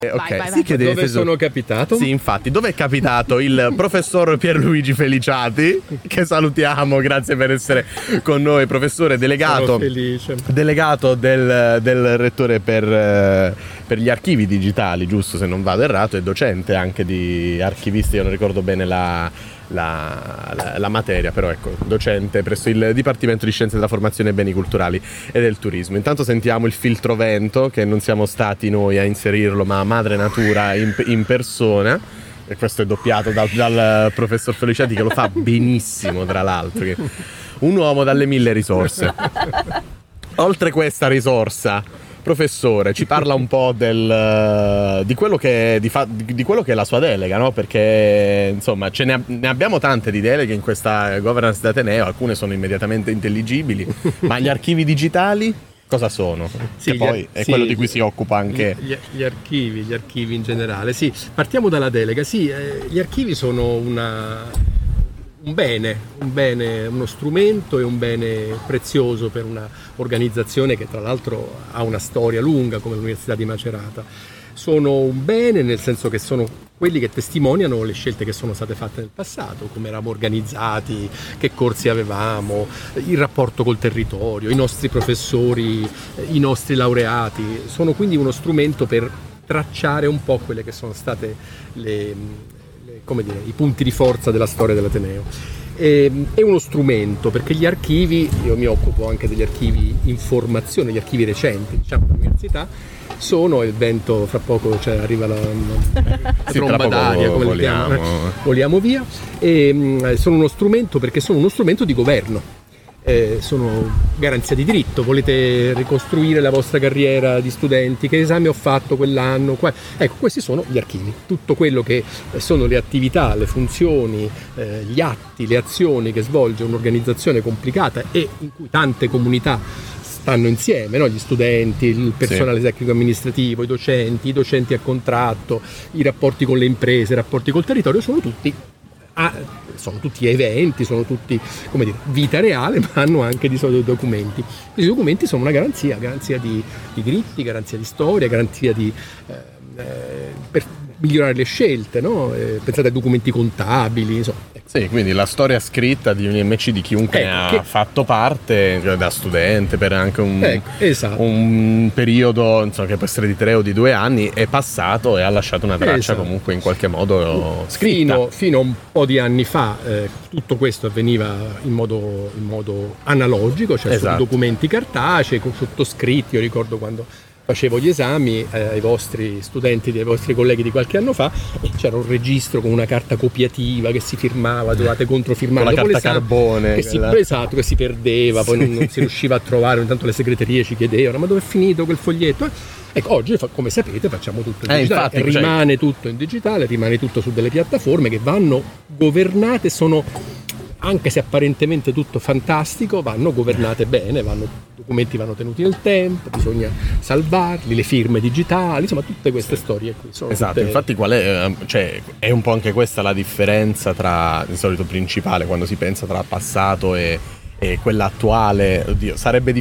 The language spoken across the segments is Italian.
Ok, sì, che dove sono capitato? Sì, infatti, dove è capitato il professor Pierluigi Feliciati, che salutiamo, grazie per essere con noi, professore delegato. Sono felice. Delegato del rettore per gli archivi digitali, giusto, se non vado errato, e docente anche di archivistica, non ricordo bene la materia, però ecco, docente presso il Dipartimento di Scienze della Formazione e Beni Culturali e del Turismo. Intanto sentiamo il filtro vento, che non siamo stati noi a inserirlo, ma madre natura in persona, e questo è doppiato dal professor Feliciati, che lo fa benissimo, tra l'altro, che un uomo dalle 1000 risorse. Oltre questa risorsa, professore, ci parla un po' di quello che è la sua delega, no? Perché insomma ne abbiamo tante di deleghe in questa governance d'Ateneo, alcune sono immediatamente intelligibili, ma gli archivi digitali cosa sono? Sì, che poi è quello di cui si occupa anche gli archivi in generale. Sì, partiamo dalla delega. Sì, gli archivi sono un bene, uno strumento e un bene prezioso per una organizzazione che tra l'altro ha una storia lunga come l'Università di Macerata. Sono un bene nel senso che sono quelli che testimoniano le scelte che sono state fatte nel passato, come eravamo organizzati, che corsi avevamo, il rapporto col territorio, i nostri professori, i nostri laureati. Sono quindi uno strumento per tracciare un po' quelle che sono state i punti di forza della storia dell'Ateneo. È uno strumento perché gli archivi, io mi occupo anche degli archivi informazione, gli archivi recenti, diciamo, dell'università, sono il vento, fra poco arriva la tromba d'aria, come voliamo via, e sono uno strumento perché sono uno strumento di governo. Sono garanzia di diritto. Volete ricostruire la vostra carriera di studenti, che esame ho fatto quell'anno, ecco, questi sono gli archivi, tutto quello che sono le attività, le funzioni, gli atti, le azioni che svolge un'organizzazione complicata e in cui tante comunità stanno insieme, no? Gli studenti, il personale tecnico amministrativo, i docenti a contratto, i rapporti con le imprese, i rapporti col territorio, sono tutti eventi, sono tutti, vita reale, ma hanno anche di solito documenti. Questi documenti sono una garanzia di diritti, garanzia di storia, garanzia per migliorare le scelte, no? Pensate ai documenti contabili, insomma. Sì, quindi la storia scritta di un IMC di chiunque ne ha fatto parte, da studente, per anche un periodo, insomma, che può essere di 3 o di 2 anni, è passato e ha lasciato una traccia comunque in qualche modo scritta. Fino a un po' di anni fa tutto questo avveniva in modo analogico, cioè su documenti cartacei, sottoscritti. Io ricordo quando facevo gli esami ai vostri studenti, ai vostri colleghi di qualche anno fa, e c'era un registro con una carta copiativa che si firmava, dovevate controfirmare con la carta carbone che si perdeva, poi non si riusciva a trovare, intanto le segreterie ci chiedevano ma dove è finito quel foglietto? Ecco, oggi come sapete facciamo tutto in digitale, infatti, rimane tutto in digitale, rimane tutto su delle piattaforme che vanno governate, anche se apparentemente tutto fantastico, vanno governate bene, documenti vanno tenuti nel tempo, bisogna salvarli, le firme digitali, insomma tutte queste storie qui sono Infatti qual è, è un po' anche questa la differenza tra, di solito principale, quando si pensa tra passato e quella attuale. Oddio, sarebbe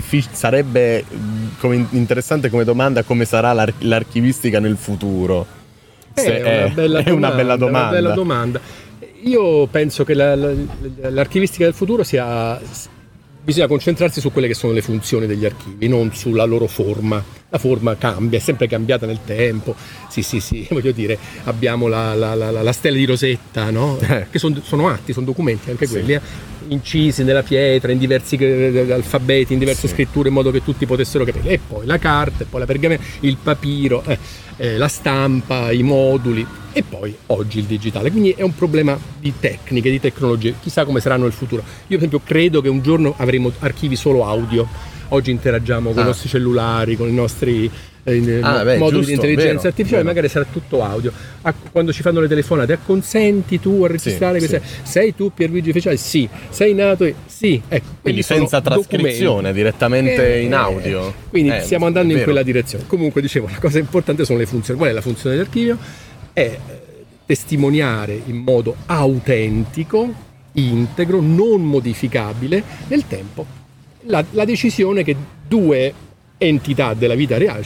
interessante come domanda come sarà l'archivistica nel futuro. È una bella domanda. Io penso che l'archivistica del futuro bisogna concentrarsi su quelle che sono le funzioni degli archivi, non sulla loro forma. La forma cambia, è sempre cambiata nel tempo. Sì, voglio dire, abbiamo la stella di Rosetta, no? Che sono atti, sono documenti anche quelli, incisi nella pietra, in diversi alfabeti, in diverse scritture, in modo che tutti potessero capire. E poi la carta, e poi la pergamena, il papiro, la stampa, i moduli, e poi oggi il digitale. Quindi è un problema di tecniche, di tecnologie. Chissà come saranno nel futuro. Io per esempio credo che un giorno avremo archivi solo audio. Oggi interagiamo con i nostri cellulari, con i nostri moduli di intelligenza artificiale, magari sarà tutto audio. Quando ci fanno le telefonate, acconsenti tu a registrare queste? Sei tu Pierluigi Feliciati? Sì. Sei nato? Sì. Ecco, quindi senza trascrizione, direttamente in audio. Quindi stiamo andando in quella direzione. Comunque dicevo, la cosa importante sono le funzioni. Qual è la funzione dell'archivio? È testimoniare in modo autentico, integro, non modificabile nel tempo la decisione che due entità della vita reale, cioè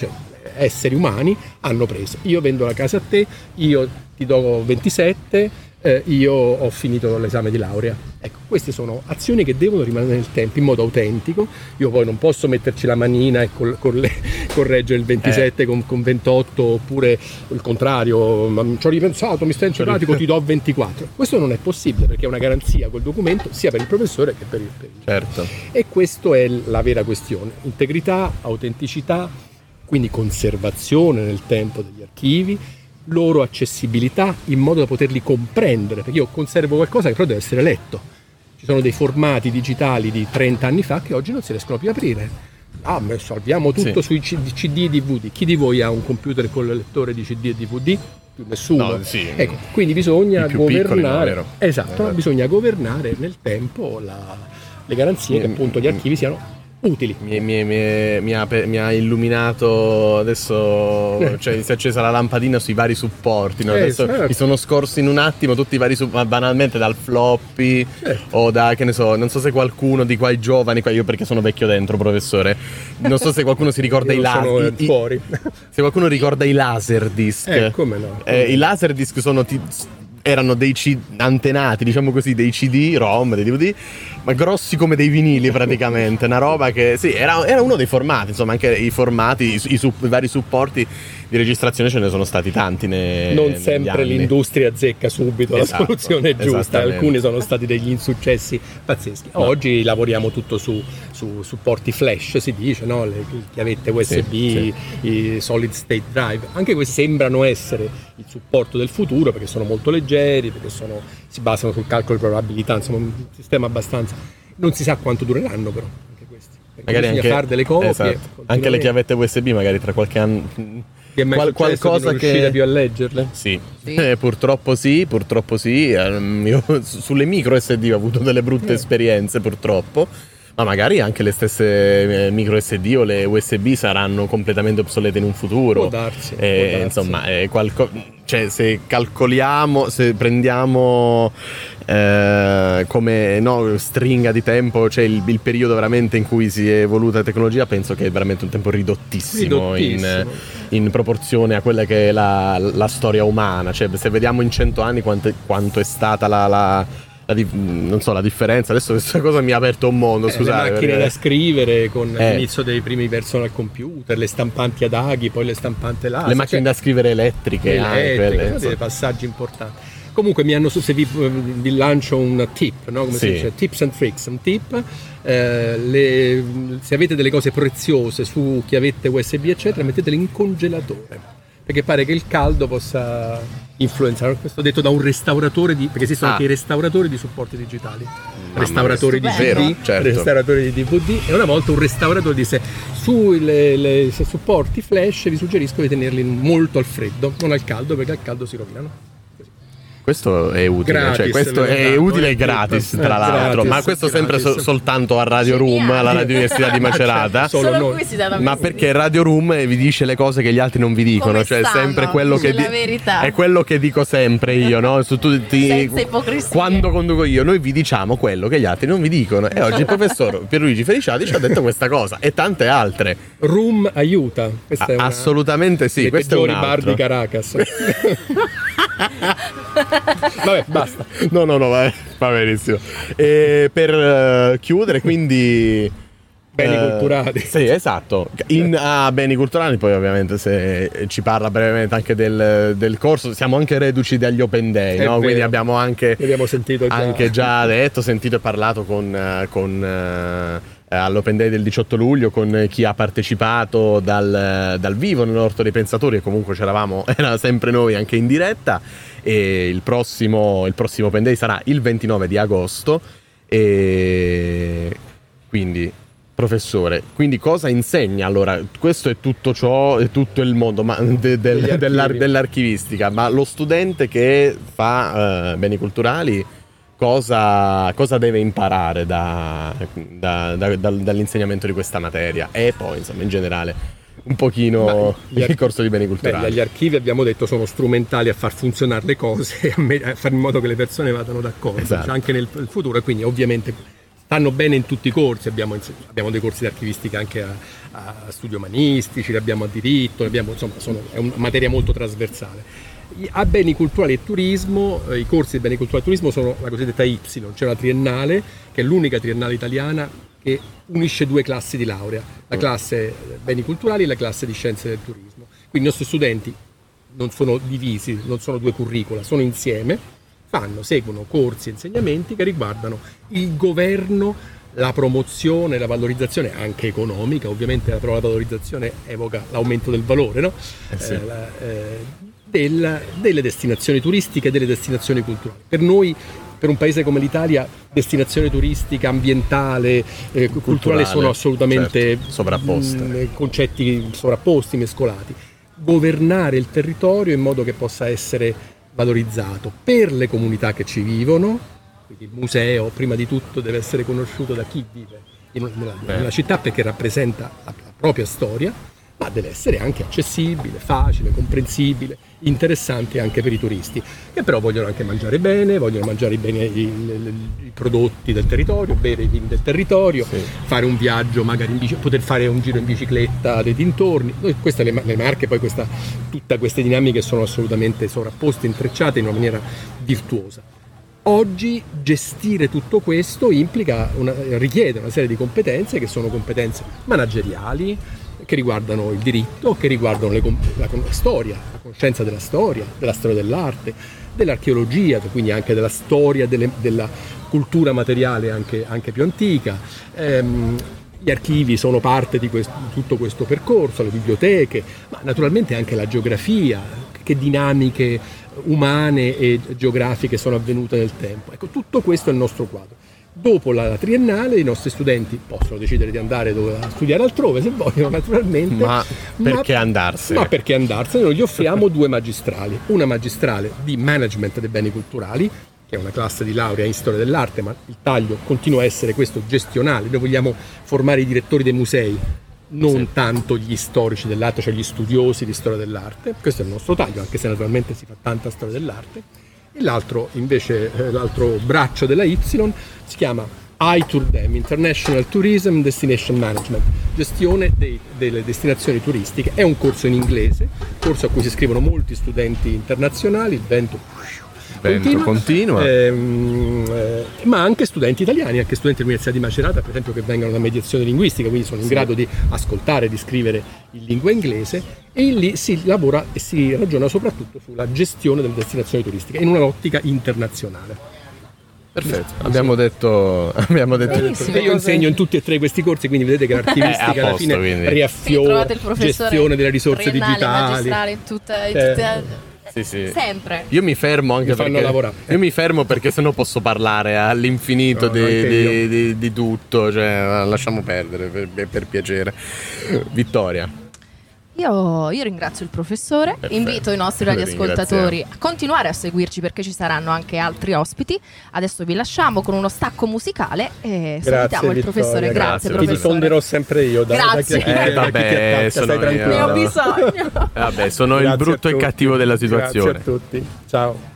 esseri umani hanno preso. Io vendo la casa a te, io ti do 27, io ho finito l'esame di laurea. Ecco, queste sono azioni che devono rimanere nel tempo in modo autentico. Io poi non posso metterci la manina e correggere il 27 con 28, oppure il contrario, ma ci ho ripensato, mi sta in simpatico, ti do 24. Questo non è possibile, perché è una garanzia quel documento sia per il professore che per il certo. E questa è la vera questione: integrità, autenticità, quindi conservazione nel tempo degli archivi, loro accessibilità in modo da poterli comprendere, perché io conservo qualcosa che però deve essere letto. Ci sono dei formati digitali di 30 anni fa che oggi non si riescono più a aprire. Salviamo tutto sui CD e DVD. Chi di voi ha un computer con il lettore di CD e DVD? Più nessuno. No, sì. Ecco, quindi bisogna governare. Piccoli, esatto, bisogna governare nel tempo le garanzie che appunto gli archivi siano utili. Mi ha illuminato adesso, cioè si è accesa la lampadina sui vari supporti, no? Adesso mi sono scorsi in un attimo tutti i vari supporti, banalmente dal floppy o da, che ne so, non so se qualcuno di quei giovani, io perché sono vecchio dentro, professore, non so se qualcuno si ricorda fuori. Se qualcuno ricorda i Laserdisc. Come no? I Laserdisc erano dei antenati, diciamo così, dei CD-ROM, dei DVD, ma grossi come dei vinili praticamente, una roba che sì, era uno dei formati, insomma, anche i formati, i vari supporti di registrazione ce ne sono stati tanti non sempre l'industria azzecca subito la soluzione giusta, alcuni sono stati degli insuccessi pazzeschi. Oggi lavoriamo tutto su supporti flash, si dice, no? Le chiavette USB, i solid state drive, anche questi sembrano essere il supporto del futuro, perché sono molto leggeri, perché si basano sul calcolo di probabilità, insomma un sistema abbastanza, non si sa quanto dureranno però anche questi, magari bisogna fare delle copie, anche le chiavette USB magari tra qualche anno qualcosa di non riuscire più a leggerle? Sì. Purtroppo sì. Io sulle micro SD ho avuto delle brutte esperienze, purtroppo. Ma magari anche le stesse micro SD o le USB saranno completamente obsolete in un futuro. Può darsi. Insomma, cioè, se calcoliamo, se prendiamo come stringa di tempo, cioè il periodo veramente in cui si è evoluta la tecnologia, penso che è veramente un tempo ridottissimo. In proporzione a quella che è la storia umana. Cioè, se vediamo in 100 anni quanto è stata non so, la differenza. Adesso questa cosa mi ha aperto un mondo, scusate. Le macchine da scrivere con l'inizio dei primi personal computer, le stampanti ad aghi, poi le stampanti laser, le macchine da scrivere elettriche, sono dei passaggi importanti. Comunque se vi lancio un tip, no? Come si dice? Tips and tricks. Un tip, se avete delle cose preziose su chiavette USB eccetera, mettetele in congelatore, perché pare che il caldo possa influenzare. Questo detto da un restauratore perché esistono anche i restauratori di supporti digitali, restauratori di CD, restauratori di DVD, e una volta un restauratore disse: sui supporti flash vi suggerisco di tenerli molto al freddo, non al caldo, perché al caldo si rovinano. Questo è utile, gratis, questo è utile e gratis, tra l'altro, ma questo sempre soltanto a Radio Room, alla Radio Università di Macerata. Solo qui si dà la ma perché Radio Room vi dice le cose che gli altri non vi dicono, come cioè stanno, sempre quello che la verità. È quello che dico sempre io, no? Senza ipocrisia. Quando conduco io, noi vi diciamo quello che gli altri non vi dicono, e oggi il professor Pierluigi Feliciati ci ha detto questa cosa e tante altre. Room aiuta, questa è assolutamente sì, questo è un altro. bar di Caracas. Vabbè, basta. No, va benissimo. E per chiudere, quindi beni culturali. Sì, esatto. Beni culturali, poi ovviamente se ci parla brevemente anche del corso, siamo anche reduci dagli Open Day, no? Quindi abbiamo anche sentito già detto, sentito e parlato all'Open Day del 18 luglio con chi ha partecipato dal vivo nell'Orto dei Pensatori, e comunque era sempre noi anche in diretta. E il prossimo Open Day sarà il 29 di agosto, e quindi professore, quindi cosa insegna? Allora, questo è tutto ciò, è tutto il mondo dell'archivistica, ma lo studente che fa beni culturali cosa deve imparare dall'insegnamento di questa materia, e poi insomma in generale un pochino il corso di beni culturali? Gli archivi, abbiamo detto, sono strumentali a far funzionare le cose, a fare in modo che le persone vadano d'accordo, esatto, anche nel futuro, e quindi ovviamente stanno bene in tutti i corsi, abbiamo dei corsi di archivistica anche a studi umanistici, li abbiamo a diritto, è una materia molto trasversale. A beni culturali e turismo, i corsi di beni culturali e turismo sono la cosiddetta Y, c'è una triennale che è l'unica triennale italiana che unisce 2 classi di laurea, la classe beni culturali e la classe di scienze del turismo. Quindi i nostri studenti non sono divisi, non sono 2 curricula, sono insieme, seguono corsi e insegnamenti che riguardano il governo, la promozione, la valorizzazione anche economica, ovviamente la parola valorizzazione evoca l'aumento del valore, no? Sì. Delle destinazioni turistiche e delle destinazioni culturali. Per noi, per un paese come l'Italia, destinazione turistica, ambientale, culturale sono assolutamente sovrapposte, concetti sovrapposti, mescolati. Governare il territorio in modo che possa essere valorizzato per le comunità che ci vivono, quindi il museo prima di tutto deve essere conosciuto da chi vive nella città perché rappresenta la propria storia, ma deve essere anche accessibile, facile, comprensibile, interessante anche per i turisti, che però vogliono anche mangiare bene, vogliono mangiare bene i prodotti del territorio, bere i vini del territorio, fare un viaggio magari in bici, poter fare un giro in bicicletta dei dintorni. Queste le Marche, poi tutte queste dinamiche sono assolutamente sovrapposte, intrecciate in una maniera virtuosa. Oggi gestire tutto questo richiede una serie di competenze che sono competenze manageriali, che riguardano il diritto, che riguardano la storia, la conoscenza della storia dell'arte, dell'archeologia, quindi anche della storia della cultura materiale anche più antica. Gli archivi sono parte di tutto questo percorso, le biblioteche, ma naturalmente anche la geografia, che dinamiche umane e geografiche sono avvenute nel tempo. Ecco, tutto questo è il nostro quadro. Dopo la triennale i nostri studenti possono decidere di andare a studiare altrove se vogliono, naturalmente. Ma perché andarsene? Ma perché andarsene? Noi gli offriamo 2 magistrali. Una magistrale di management dei beni culturali, che è una classe di laurea in storia dell'arte, ma il taglio continua a essere questo gestionale. Noi vogliamo formare i direttori dei musei, non tanto gli storici dell'arte, cioè gli studiosi di storia dell'arte. Questo è il nostro taglio, anche se naturalmente si fa tanta storia dell'arte. E l'altro braccio della Y si chiama ITURDEM, International Tourism Destination Management, gestione delle destinazioni turistiche. È un corso in inglese, corso a cui si iscrivono molti studenti internazionali, il vento continua. Ma anche studenti italiani, anche studenti dell'Università di Macerata, per esempio, che vengono da mediazione linguistica, quindi sono in grado di ascoltare e di scrivere in lingua inglese, e lì si lavora e si ragiona soprattutto sulla gestione delle destinazioni turistiche in un'ottica internazionale. Perfetto, abbiamo detto io insegno in tutti e 3 questi corsi, quindi vedete che l'archivistica alla fine riaffiora gestione delle risorse digitali, Sì. Sempre. Io mi fermo anche perché lavorare. Io mi fermo perché sennò posso parlare all'infinito di tutto, cioè lasciamo perdere per piacere. Vittoria. Io ringrazio il professore. Perfetto. Invito i nostri radioascoltatori a continuare a seguirci perché ci saranno anche altri ospiti. Adesso vi lasciamo con uno stacco musicale e salutiamo il professore. Grazie Ti professore. diffonderò sempre io. Grazie. Stai tranquillo. Ne ho bisogno. Vabbè, sono il brutto e cattivo della situazione. Grazie a tutti. Ciao.